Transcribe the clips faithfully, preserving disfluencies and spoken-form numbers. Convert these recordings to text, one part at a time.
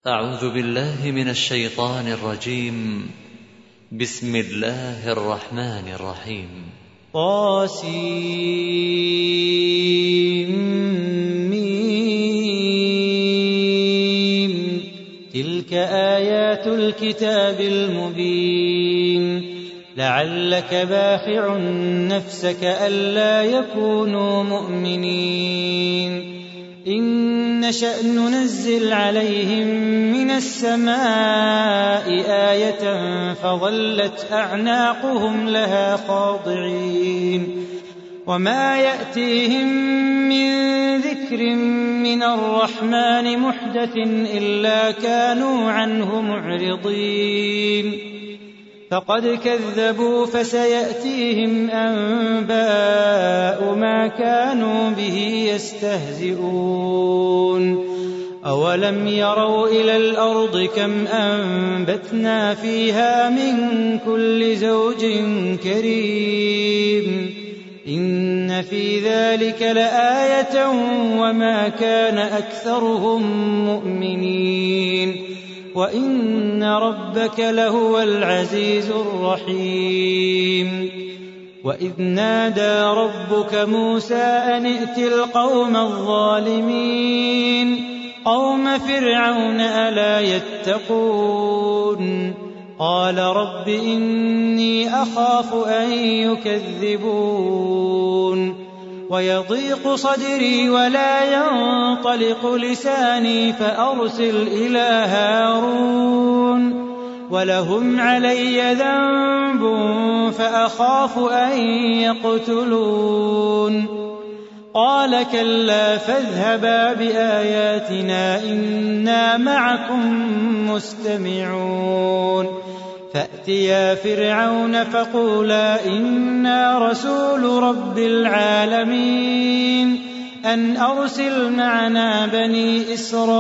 أعوذ بالله من الشيطان الرجيم. بسم الله الرحمن الرحيم. طاسيم. تلك آيات الكتاب المبين. لعلك باخع نفسك ألا يكونوا مؤمنين. إن نشأ ننزل عليهم من السماء آية فظلت أعناقهم لها خاضعين. وما يأتيهم من ذكر من الرحمن محدث إلا كانوا عنه معرضين. فقد كذبوا فسيأتيهم أنباء ما كانوا به يستهزئون. أولم يروا إلى الأرض كم أنبتنا فيها من كل زوج كريم. إن في ذلك لآية وما كان أكثرهم مؤمنين. وإن ربك لهو العزيز الرحيم. وإذ نادى ربك موسى أن ائت القوم الظالمين قوم فرعون ألا يتقون. قال رب إني أخاف أن يكذبون. ويضيق صدري ولا ينطلق لساني فأرسل إلى هارون ولهم علي ذنب فأخاف أن يقتلون. قال كلا فاذهبا بآياتنا إنا معكم مستمعون. فأتيا فرعون فقولا إنا رسول رب العالمين أن أرسل معنا بني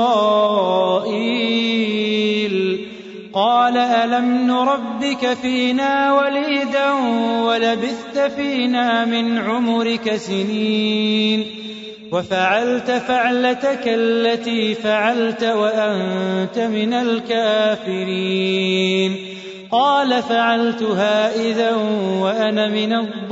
إسرائيل. قال ألم نربك فينا وليدا ولبثت فينا من عمرك سنين وفعلت فعلتك التي فعلت وأنت من الكافرين. قال فعلتها إذا وأنا من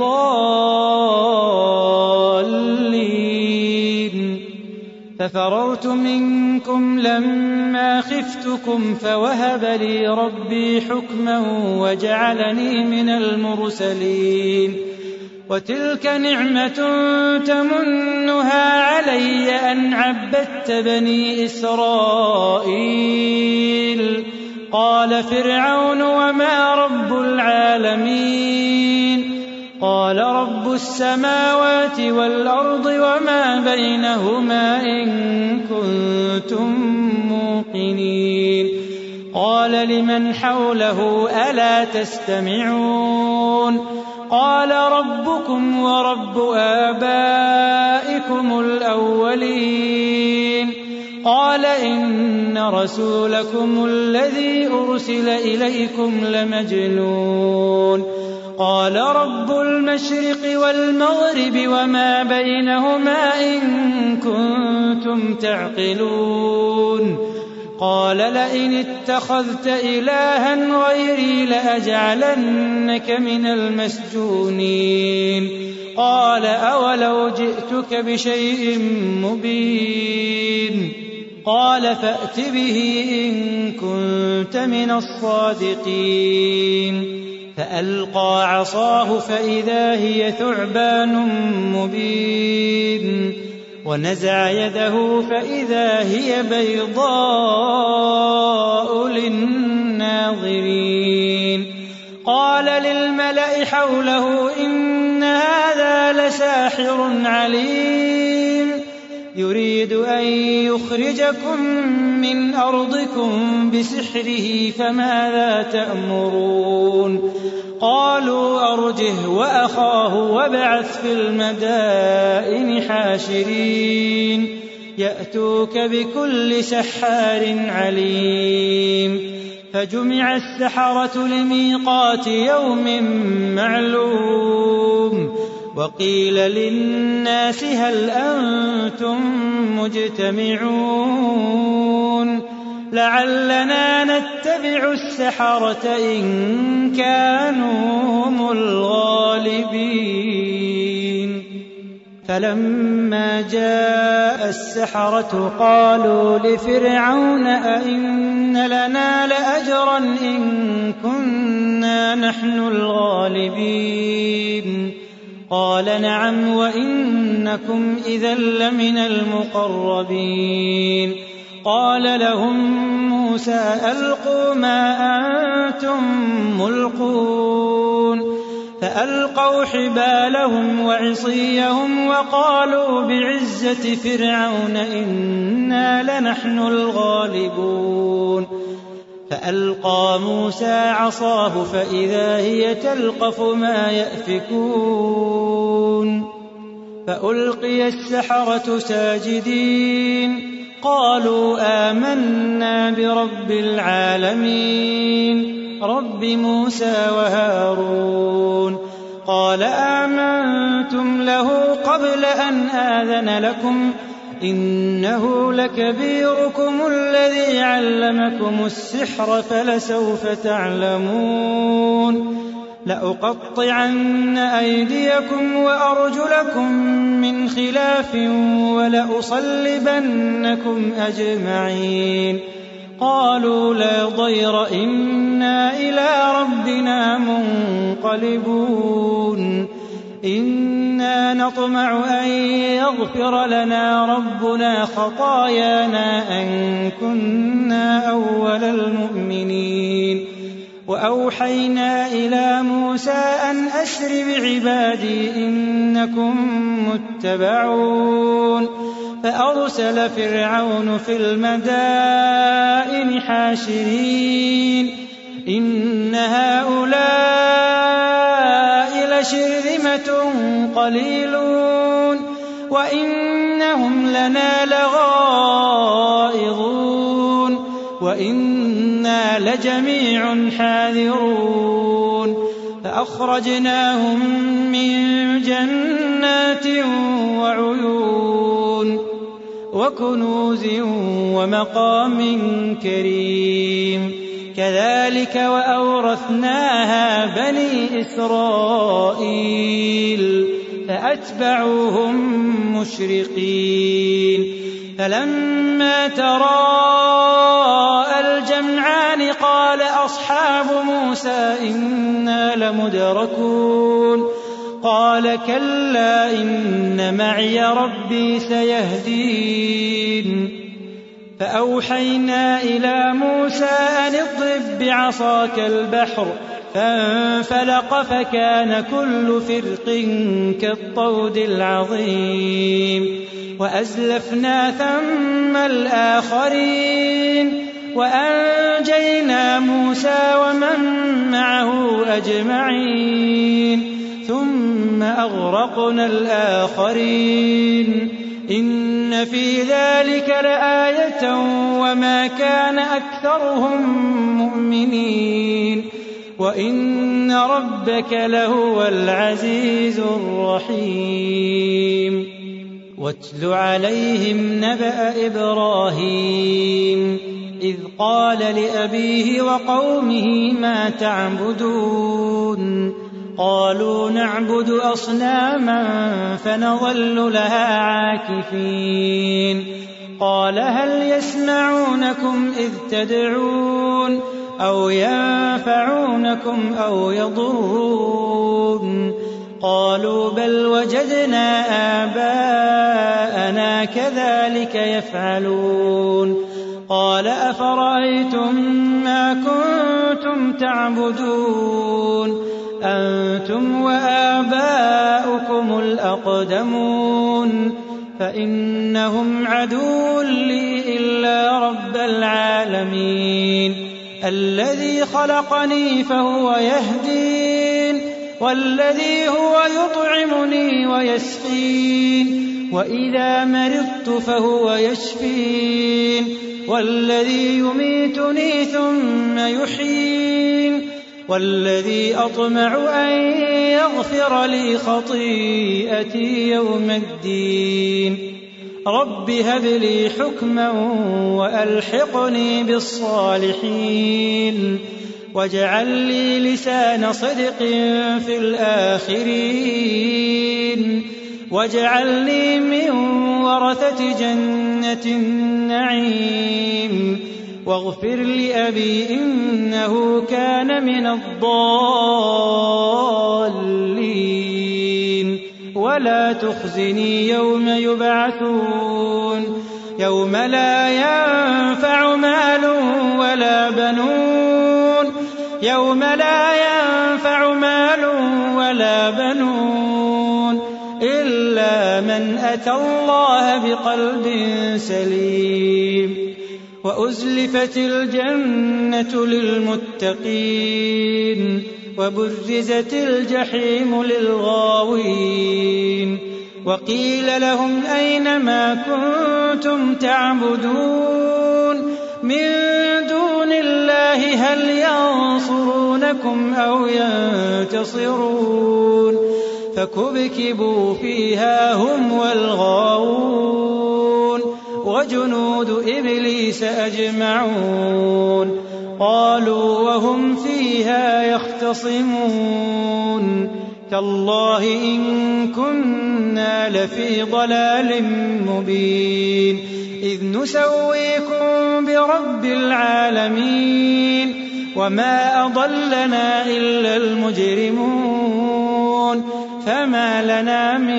الضالين. ففررت منكم لما خفتكم فوهب لي ربي حكما وجعلني من المرسلين. وتلك نعمة تمنها علي أن عبدت بني إسرائيل. قال فرعون وما رب العالمين. قال رب السماوات والأرض وما بينهما إن كنتم موقنين. قال لمن حوله ألا تستمعون. قال ربكم ورب آبائكم الأولين. قال إن رسولكم الذي أرسل إليكم لمجنون. قال رب المشرق والمغرب وما بينهما إن كنتم تعقلون. قال لئن اتخذت إلها غيري لأجعلنك من المسجونين. قال أولو جئتك بشيء مبين. قال فأت به إن كنت من الصادقين. فألقى عصاه فإذا هي ثعبان مبين. ونزع يده فإذا هي بيضاء للناظرين. قال للملأ حوله إن هذا لساحر عليم يريد أن يخرجكم من أرضكم بسحره فماذا تأمرون. قالوا أرجه وأخاه وابعث في المدائن حاشرين يأتوك بكل سحار عليم. فجمع السحرة لميقات يوم معلوم. وقيل للناس هل أنتم مجتمعون لعلنا نتبع السحرة إن كانوا هم الغالبين. فلما جاء السحرة قالوا لفرعون أئن لنا لأجرا إن كنا نحن الغالبين. قال نعم وإنكم إذا لمن المقربين. قال لهم موسى ألقوا ما أنتم ملقون. فألقوا حبالهم وعصيهم وقالوا بعزة فرعون إنا لنحن الغالبون. فألقى موسى عصاه فإذا هي تلقف ما يأفكون. فألقي السحرة ساجدين قالوا آمنا برب العالمين رب موسى وهارون. قال آمنتم له قبل أن آذن لكم إنه لكبيركم الذي علمكم السحر فلسوف تعلمون. لأقطعن أيديكم وأرجلكم من خلاف ولأصلبنكم أجمعين. قالوا لا ضير إنا إلى ربنا منقلبون. إنا نطمع أن يغفر لنا ربنا خطايانا أن كنا أول المؤمنين. وأوحينا إلى موسى أن أسر بعبادي إنكم متبعون. فأرسل فرعون في المدائن حاشرين إن هؤلاء لشرذمة قليلون وإنهم لنا لغائظون وإنا لجميع حاذرون. فأخرجناهم من جنات وعيون وكنوز ومقام كريم. كذلك وأورثناها بني إسرائيل فأتبعوهم مشرقين. فلما تراءى الجمعان قال أصحاب موسى إنا لمدركون. قال كلا إن معي ربي سيهدين. فأوحينا إلى موسى أن اضرب بعصاك البحر فانفلق فكان كل فرق كالطود العظيم. وأزلفنا ثم الآخرين وأنجينا موسى ومن معه أجمعين ثم أغرقنا الآخرين. إن في ذلك لآية وما كان أكثرهم مؤمنين وإن ربك لهو العزيز الرحيم. واتل عليهم نبأ إبراهيم إذ قال لأبيه وقومه ما تعبدون. قالوا نعبد أصناما فنظل لها عاكفين. قال هل يسمعونكم إذ تدعون أو ينفعونكم أو يضرون. قالوا بل وجدنا آباءنا كذلك يفعلون. قال أفرأيتم ما كنتم تعبدون أنتم وآباؤكم الأقدمون فإنهم عدو لي إلا رب العالمين الذي خلقني فهو يهدين والذي هو يطعمني ويسقين وإذا مرضت فهو يشفين والذي يميتني ثم يحيين والذي أطمع أن يغفر لي خطيئتي يوم الدين. رب هب لي حكما وألحقني بالصالحين واجعل لي لسان صدق في الآخرين واجعلني من ورثة جنة النعيم واغفر لأبي إنه كان من الضالين ولا تخزني يوم يبعثون يوم لا ينفع مال ولا بنون يوم لا ينفع مال ولا بنون إلا من أتى الله بقلب سليم وأزلفت الجنة للمتقين وبرزت الجحيم للغاوين وقيل لهم أين ما كنتم تعبدون من دون الله هل ينصرونكم أو ينتصرون فكبكبوا فيها هم والغاوون وجنود إبليس أجمعون قالوا وهم فيها يختصمون تالله إن كنا لفي ضلال مبين إذ نسويكم برب العالمين وما أضلنا إلا المجرمون فما لنا من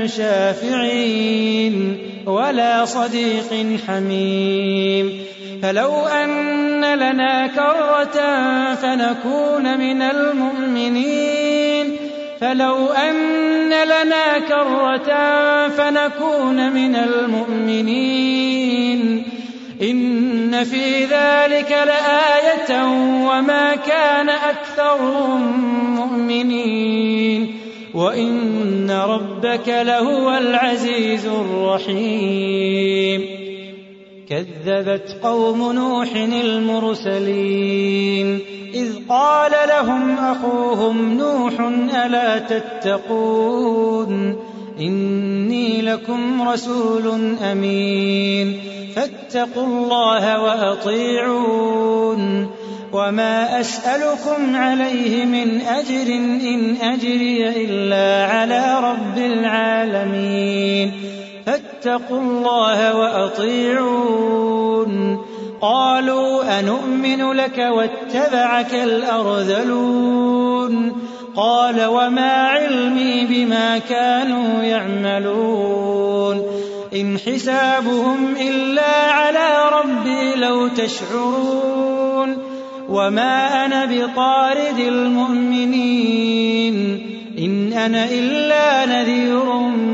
شافعين ولا صديق حميم فلو أن لنا كرة فنكون من المؤمنين فلو أن لنا كرة فنكون من المؤمنين إن في ذلك لآية وما كان أكثرهم مؤمنين وإن ربك لهو العزيز الرحيم كذبت قوم نوح المرسلين إذ قال لهم أخوهم نوح ألا تتقون إني لكم رسول أمين فاتقوا الله وأطيعون وما أسألكم عليه من أجر إن أجري إلا على رب العالمين فاتقوا الله وأطيعون قالوا أنؤمن لك واتبعك الأرذلون قال وما علمي بما كانوا يعملون إن حسابهم إلا على ربي لو تشعرون وما أنا بطارد المؤمنين إن أنا إلا نذير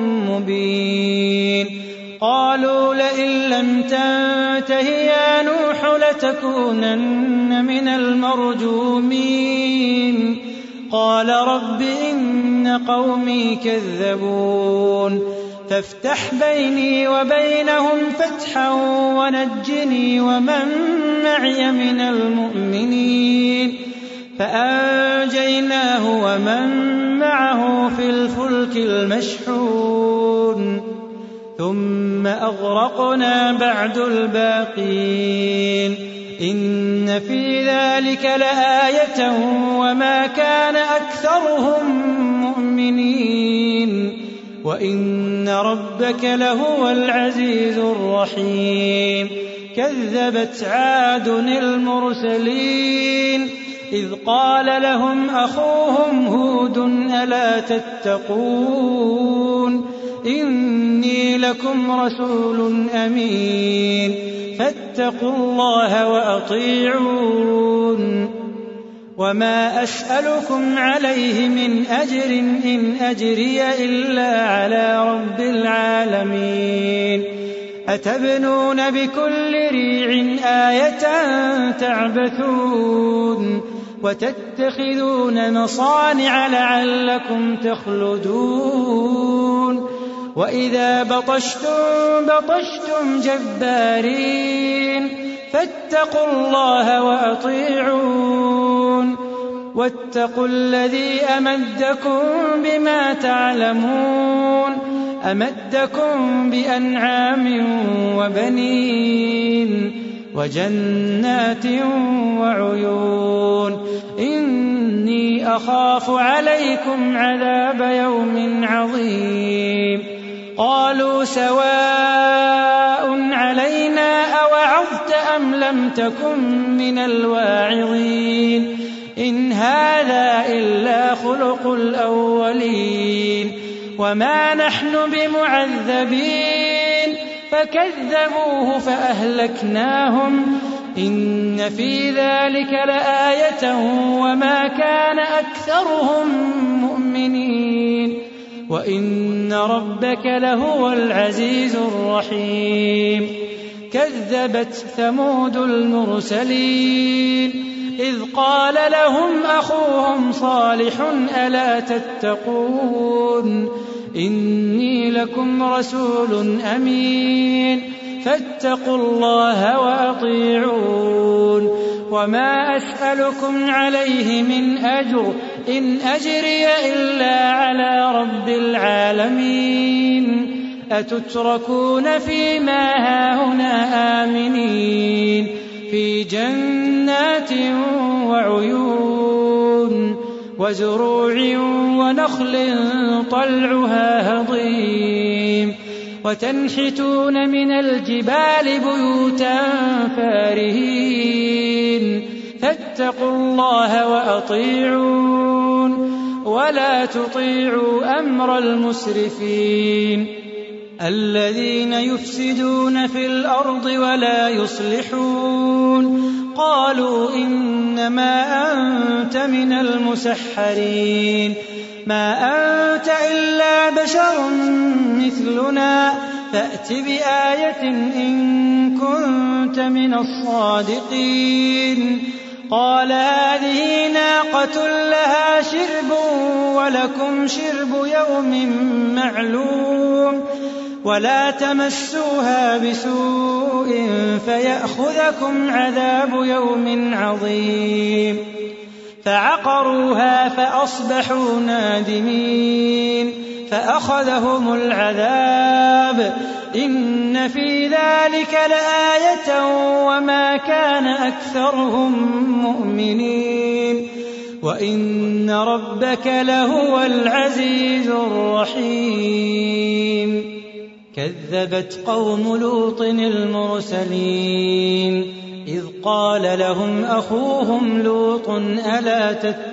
مبين قالوا لئن لم تنته يا نوح لتكونن من المرجومين قال رب إن قومي كذبون فافتح بيني وبينهم فتحا ونجني ومن معي من المؤمنين فأنجيناه ومن معه في الفلك المشحون ثم أغرقنا بعد الباقين إن في ذلك لآية وما كان أكثرهم مؤمنين وإن ربك لهو العزيز الرحيم كذبت عاد المرسلين إذ قال لهم أخوهم هود ألا تتقون إني لكم رسول أمين فاتقوا الله وأطيعون وما أسألكم عليه من أجر إن أجري إلا على رب العالمين أتبنون بكل ريع آية تعبثون وتتخذون مصانع لعلكم تخلدون وإذا بطشتم بطشتم جبارين فاتقوا الله وأطيعون واتقوا الذي أمدكم بما تعلمون أمدكم بأنعام وبنين وجنات وعيون إني أخاف عليكم عذاب يوم عظيم قالوا سواء علينا أوعظت أم لم تكن من الواعظين إن هذا إلا خلق الأولين وما نحن بمعذبين فكذبوه فأهلكناهم إن في ذلك لآية وما كان أكثرهم مؤمنين وإن ربك لهو العزيز الرحيم كذبت ثمود المرسلين إذ قال لهم أخوهم صالح ألا تتقون إني لكم رسول أمين فاتقوا الله وأطيعون وما أسألكم عليه من أجر إن أجري إلا على رب العالمين أتتركون فيما هاهنا آمنين في جنات وعيون وزروع ونخل طلعها هضيم وتنحتون من الجبال بيوتا فارهين فاتقوا الله وأطيعون ولا تطيعوا أمر المسرفين الذين يفسدون في الأرض ولا يصلحون قالوا إنما أنت من المسحرين ما أنت إلا بشر مثلنا فأت بآية إن كنت من الصادقين قال هذه ناقة لها شرب ولكم شرب يوم معلوم ولا تمسوها بسوء فيأخذكم عذاب يوم عظيم فعقروها فأصبحوا نادمين فأخذهم العذاب إن في ذلك لآية وما كان أكثرهم مؤمنين وإن ربك لهو العزيز الرحيم كذبت قوم لوط المرسلين إذ قال لهم أخوهم لوط ألا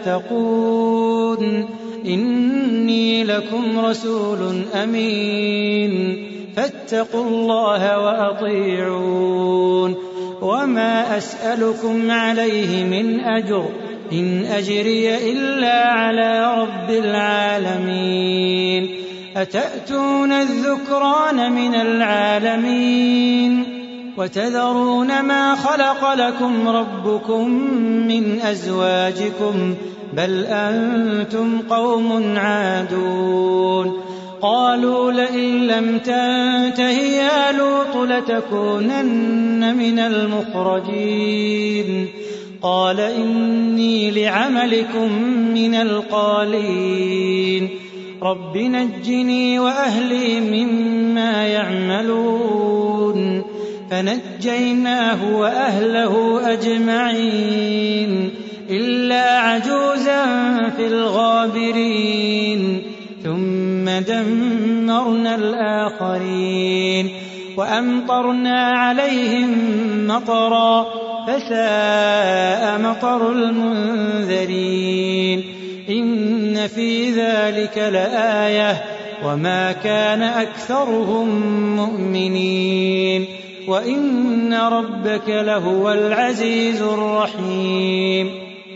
تتقون إني لكم رسول أمين فاتقوا الله وأطيعون وما أسألكم عليه من أجر إن أجري إلا على رب العالمين أتأتون الذكران من العالمين وتذرون ما خلق لكم ربكم من أزواجكم بل أنتم قوم عادون قالوا لئن لم تنته يا لوط لتكونن من المخرجين قال إني لعملكم من القالين رب نجني وأهلي مما يعملون فنجيناه وأهله أجمعين إلا عجوزا في الغابرين ثم دمرنا الآخرين وأمطرنا عليهم مطرا فساء مطر المنذرين إن في ذلك لآية وما كان أكثرهم مؤمنين وإن ربك لهو العزيز الرحيم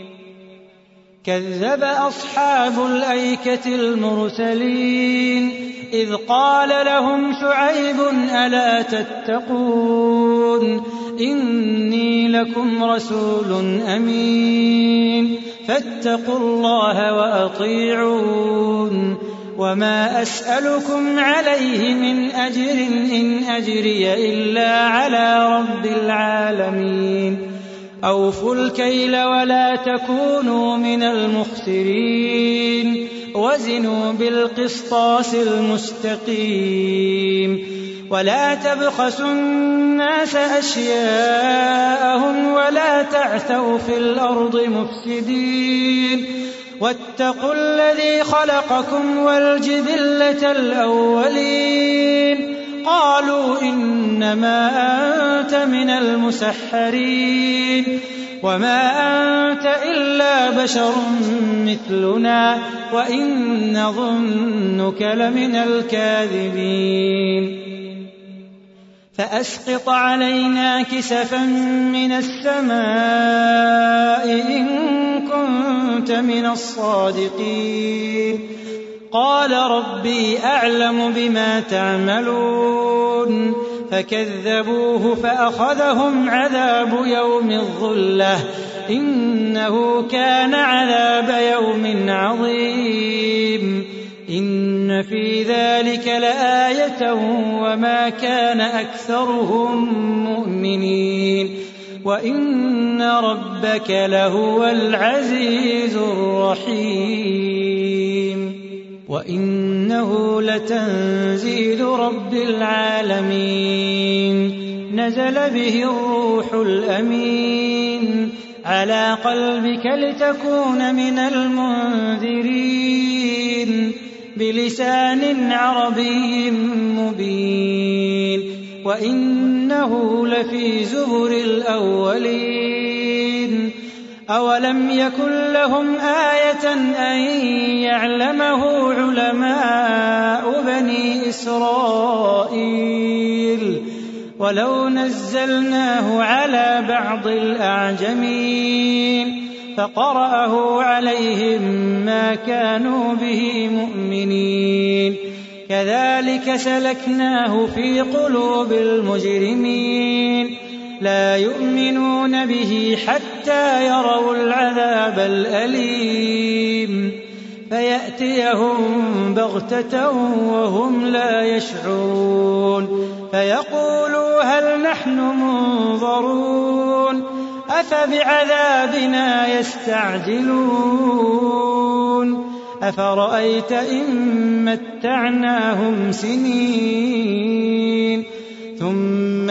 كذب أصحاب الأيكة المرسلين إذ قال لهم شعيب ألا تتقون إني لكم رسول أمين فاتقوا الله وأطيعون وما أسألكم عليه من أجر إن أجري إلا على رب العالمين أوفوا الكيل ولا تكونوا من المخسرين وزنوا بالقسطاس المستقيم ولا تبخسوا الناس أشياءهم ولا تعثوا في الأرض مفسدين واتقوا الذي خلقكم والجبلة الأولين قالوا إنما أنت من المسحرين وما أنت إلا بشر مثلنا وإن نظنك لمن الكاذبين فأسقط علينا كسفا من السماء إن كنت من الصادقين قال ربي أعلم بما تعملون فكذبوه فأخذهم عذاب يوم الظلة إنه كان عذاب يوم عظيم إن في ذلك لآية وما كان أكثرهم مؤمنين وإن ربك لهو العزيز الرحيم وإنه لتنزيل رب العالمين نزل به الروح الأمين على قلبك لتكون من المنذرين بلسان عربي مبين وإنه لفي زبر الأولين أولم يكن لهم آية أن يعلمه علماء بني إسرائيل ولو نزلناه على بعض الأعجمين فقرأه عليهم ما كانوا به مؤمنين كذلك سلكناه في قلوب المجرمين لا يؤمنون به حتى يروا العذاب الأليم فيأتيهم بغتة وهم لا يشعرون فيقولوا هل نحن منظرون أفبعذابنا يستعجلون أفرأيت إن متعناهم سنين ثم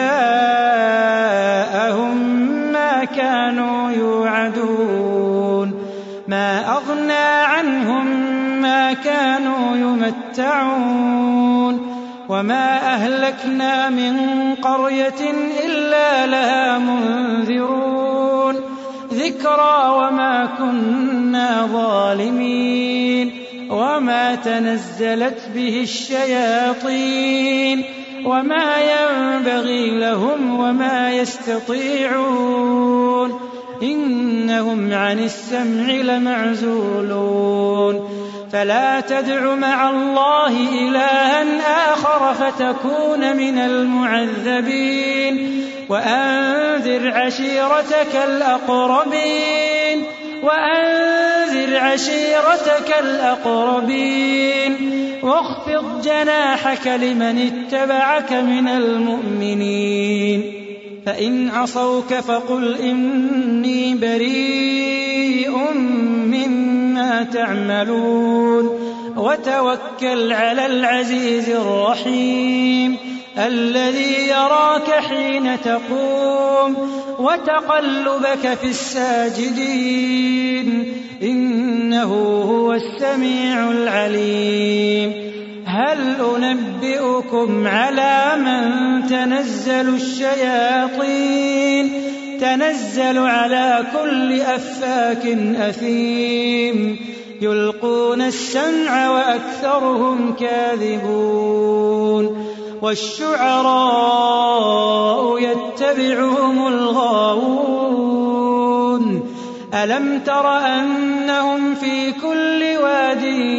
جاءهم ما كانوا يوعدون ما أغنى عنهم ما كانوا يمتعون وما أهلكنا من قرية إلا لها منذرون ذكرى وما كنا ظالمين وما تنزلت به الشياطين وما ينبغي لهم وما يستطيعون إنهم عن السمع لمعزولون فلا تدع مع الله إلها آخر فتكون من المعذبين وأنذر عشيرتك الأقربين وأنذر عشيرتك الأقربين واخفض جناحك لمن اتبعك من المؤمنين فإن عصوك فقل إني بريء مما تعملون وتوكل على العزيز الرحيم الذي يراك حين تقوم وتقلبك في الساجدين إنه هو السميع العليم هل أنبئكم على من تنزل الشياطين تنزل على كل أفاك أثيم يلقون السمع وأكثرهم كاذبون والشعراء يتبعهم الغاوون ألم تر أنهم في كل واد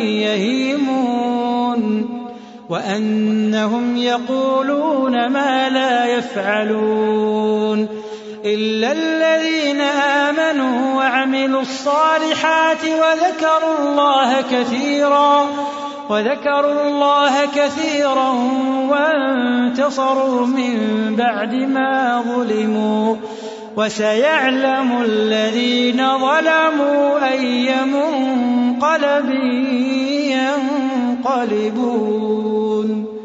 يهيمون وأنهم يقولون ما لا يفعلون إلا الذين آمنوا وعملوا الصالحات وذكروا الله كثيرا وذكروا الله كثيرا وانتصروا من بعد ما ظلموا وسيعلم الذين ظلموا أي منقلب ينقلبون